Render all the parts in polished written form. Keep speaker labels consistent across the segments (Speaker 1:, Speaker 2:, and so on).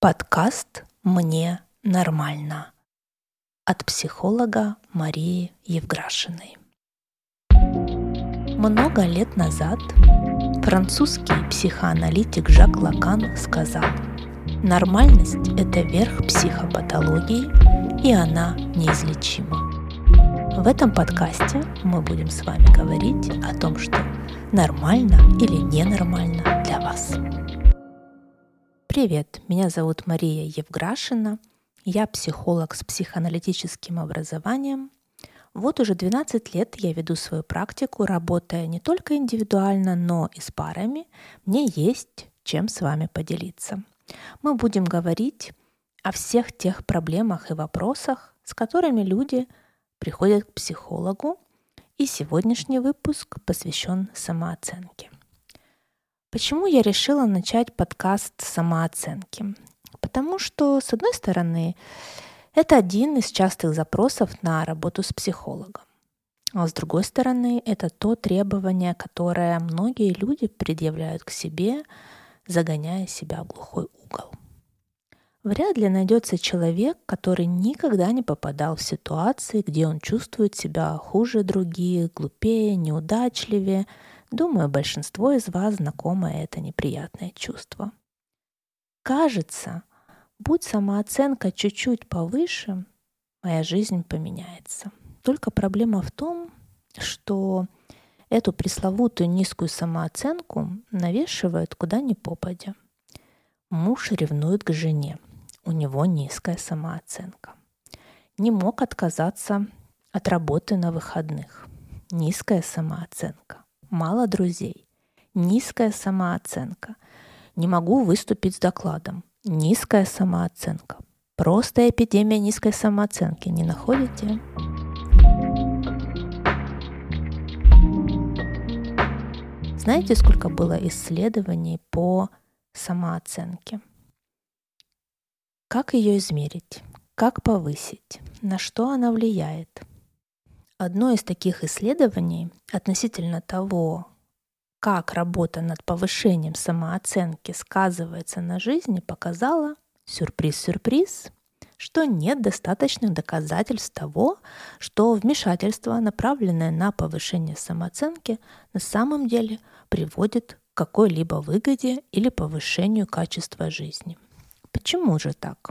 Speaker 1: Подкаст «Мне нормально» от психолога Марии Евграшиной. Много лет назад французский психоаналитик Жак Лакан сказал: «Нормальность – это верх психопатологии, и она неизлечима». В этом подкасте мы будем с вами говорить о том, что нормально или ненормально для вас. Привет, меня зовут Мария Евграшина, я психолог с психоаналитическим образованием. Вот уже 12 лет я веду свою практику, работая не только индивидуально, но и с парами. Мне есть чем с вами поделиться. Мы будем говорить о всех тех проблемах и вопросах, с которыми люди приходят к психологу, и сегодняшний выпуск посвящен самооценке. Почему я решила начать подкаст самооценки? Потому что, с одной стороны, это один из частых запросов на работу с психологом. А с другой стороны, это то требование, которое многие люди предъявляют к себе, загоняя себя в глухой угол. Вряд ли найдется человек, который никогда не попадал в ситуации, где он чувствует себя хуже других, глупее, неудачливее. Думаю, большинство из вас знакомо это неприятное чувство. Кажется, будь самооценка чуть-чуть повыше, моя жизнь поменяется. Только проблема в том, что эту пресловутую низкую самооценку навешивают куда ни попадя. Муж ревнует к жене, у него низкая самооценка. Не мог отказаться от работы на выходных, низкая самооценка. Мало друзей, низкая самооценка. Не могу выступить с докладом, низкая самооценка. Просто эпидемия низкой самооценки, не находите? Знаете, сколько было исследований по самооценке? Как ее измерить? Как повысить? На что она влияет? Одно из таких исследований относительно того, как работа над повышением самооценки сказывается на жизни, показало, сюрприз-сюрприз, что нет достаточных доказательств того, что вмешательство, направленное на повышение самооценки, на самом деле приводит к какой-либо выгоде или повышению качества жизни. Почему же так?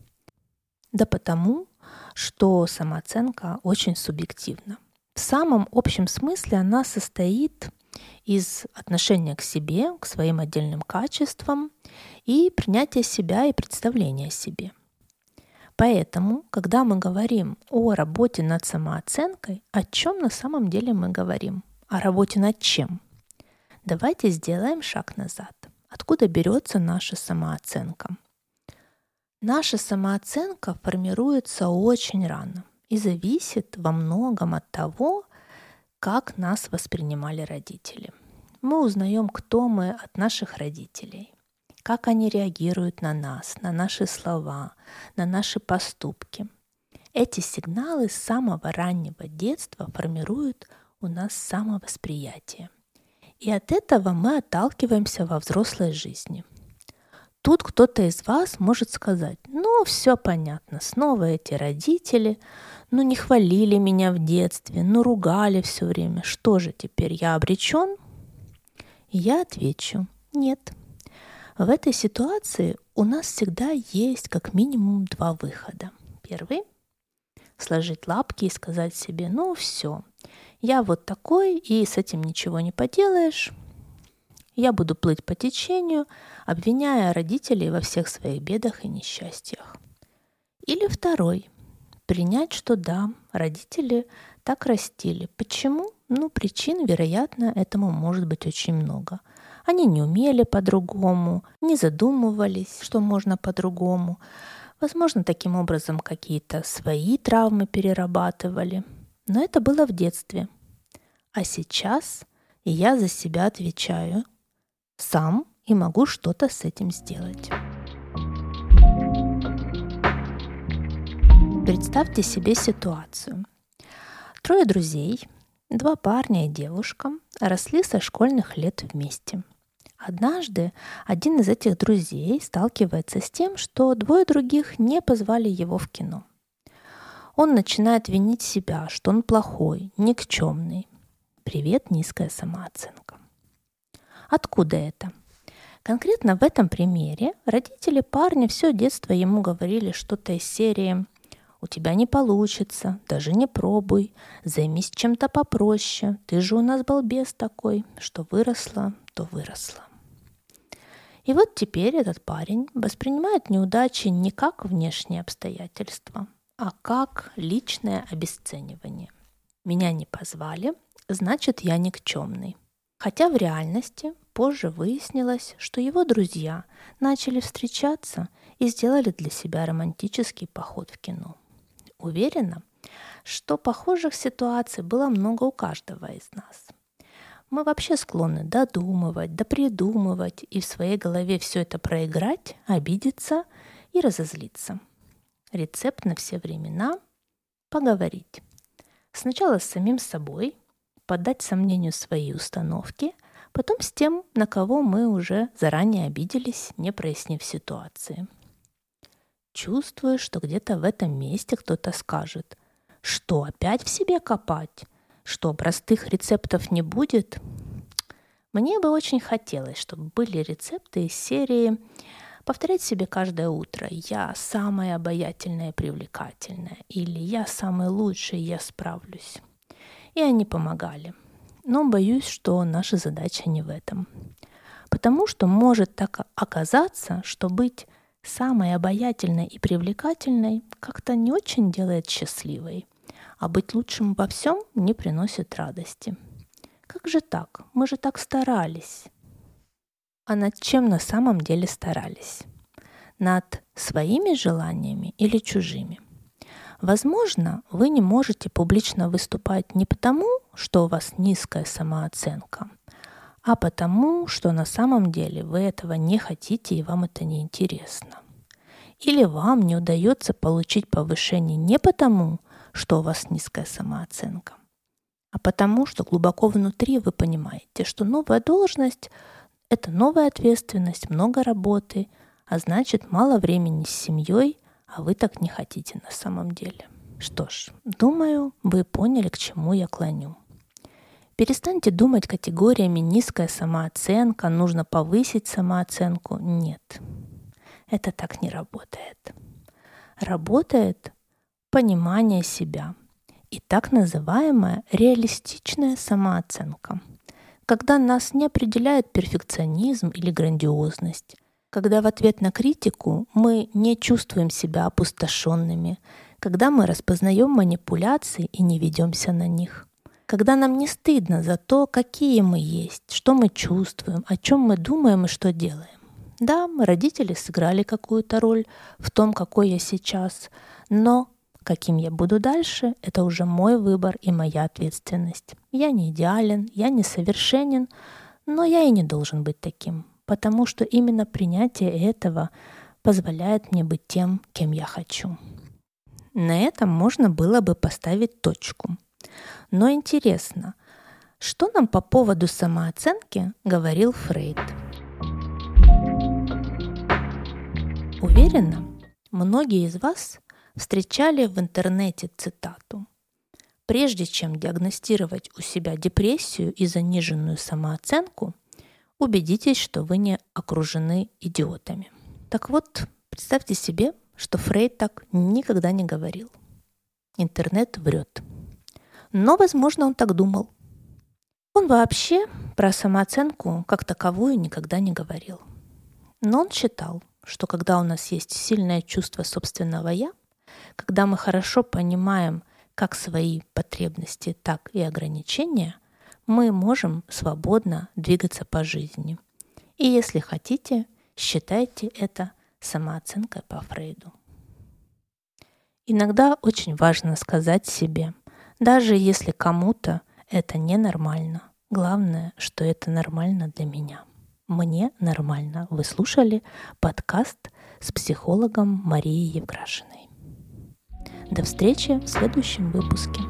Speaker 1: Да потому, что самооценка очень субъективна. В самом общем смысле она состоит из отношения к себе, к своим отдельным качествам и принятия себя и представления о себе. Поэтому, когда мы говорим о работе над самооценкой, о чем на самом деле мы говорим? О работе над чем? Давайте сделаем шаг назад. Откуда берется наша самооценка? Наша самооценка формируется очень рано и зависит во многом от того, как нас воспринимали родители. Мы узнаем, кто мы от наших родителей, как они реагируют на нас, на наши слова, на наши поступки. Эти сигналы с самого раннего детства формируют у нас самовосприятие. И от этого мы отталкиваемся во взрослой жизни. Тут кто-то из вас может сказать: ну, все понятно, снова эти родители, ну, не хвалили меня в детстве, ну, ругали все время. Что же теперь, я обречен? И я отвечу: нет. В этой ситуации у нас всегда есть как минимум два выхода. Первый – сложить лапки и сказать себе: ну, все, я вот такой, и с этим ничего не поделаешь. Я буду плыть по течению, обвиняя родителей во всех своих бедах и несчастьях. Или второй – принять, что да, родители так растили. Почему? Ну, причин, вероятно, этому может быть очень много. Они не умели по-другому, не задумывались, что можно по-другому. Возможно, таким образом какие-то свои травмы перерабатывали. Но это было в детстве. А сейчас я за себя отвечаю сам и могу что-то с этим сделать. Представьте себе ситуацию. 3 друзей, 2 парня и девушка росли со школьных лет вместе. Однажды один из этих друзей сталкивается с тем, что двое других не позвали его в кино. Он начинает винить себя, что он плохой, никчемный. Привет, низкая самооценка. Откуда это? Конкретно в этом примере родители парня все детство ему говорили что-то из серии «У тебя не получится, даже не пробуй, займись чем-то попроще, ты же у нас балбес такой, что выросла, то выросла». И вот теперь этот парень воспринимает неудачи не как внешние обстоятельства, а как личное обесценивание. Меня не позвали, значит, я никчемный. Хотя в реальности позже выяснилось, что его друзья начали встречаться и сделали для себя романтический поход в кино. Уверена, что похожих ситуаций было много у каждого из нас. Мы вообще склонны додумывать, допридумывать и в своей голове все это проиграть, обидеться и разозлиться. Рецепт на все времена – поговорить. Сначала с самим собой, поддать сомнению свои установки, потом с тем, на кого мы уже заранее обиделись, не прояснив ситуации. Чувствую, что где-то в этом месте кто-то скажет: что, опять в себе копать? Что, простых рецептов не будет? Мне бы очень хотелось, чтобы были рецепты из серии повторять себе каждое утро: «Я самая обаятельная и привлекательная» или «Я самый лучший, я справлюсь». И они помогали. Но боюсь, что наша задача не в этом. Потому что может так оказаться, что быть самой обаятельной и привлекательной как-то не очень делает счастливой, а быть лучшим во всем не приносит радости. Как же так? Мы же так старались. А над чем на самом деле старались? Над своими желаниями или чужими? Возможно, вы не можете публично выступать не потому, что у вас низкая самооценка, а потому, что на самом деле вы этого не хотите и вам это не интересно. Или вам не удается получить повышение не потому, что у вас низкая самооценка, а потому, что глубоко внутри вы понимаете, что новая должность – это новая ответственность, много работы, а значит, мало времени с семьей, а вы так не хотите на самом деле. Что ж, думаю, вы поняли, к чему я клоню. Перестаньте думать категориями «низкая самооценка», «нужно повысить самооценку». Нет, это так не работает. Работает понимание себя и так называемая реалистичная самооценка, когда нас не определяет перфекционизм или грандиозность, когда в ответ на критику мы не чувствуем себя опустошенными, когда мы распознаем манипуляции и не ведемся на них, когда нам не стыдно за то, какие мы есть, что мы чувствуем, о чем мы думаем и что делаем. Да, родители сыграли какую-то роль в том, какой я сейчас, но каким я буду дальше, это уже мой выбор и моя ответственность. Я не идеален, я не совершенен, но я и не должен быть таким, потому что именно принятие этого позволяет мне быть тем, кем я хочу. На этом можно было бы поставить точку. Но интересно, что нам по поводу самооценки говорил Фрейд? Уверена, многие из вас встречали в интернете цитату: «Прежде чем диагностировать у себя депрессию и заниженную самооценку, убедитесь, что вы не окружены идиотами». Так вот, представьте себе, что Фрейд так никогда не говорил. Интернет врет. Но, возможно, он так думал. Он вообще про самооценку как таковую никогда не говорил. Но он считал, что когда у нас есть сильное чувство собственного «я», когда мы хорошо понимаем как свои потребности, так и ограничения, мы можем свободно двигаться по жизни. И если хотите, считайте это самооценкой по Фрейду. Иногда очень важно сказать себе, даже если кому-то это ненормально, главное, что это нормально для меня. Мне нормально. Вы слушали подкаст с психологом Марией Евграшиной. До встречи в следующем выпуске.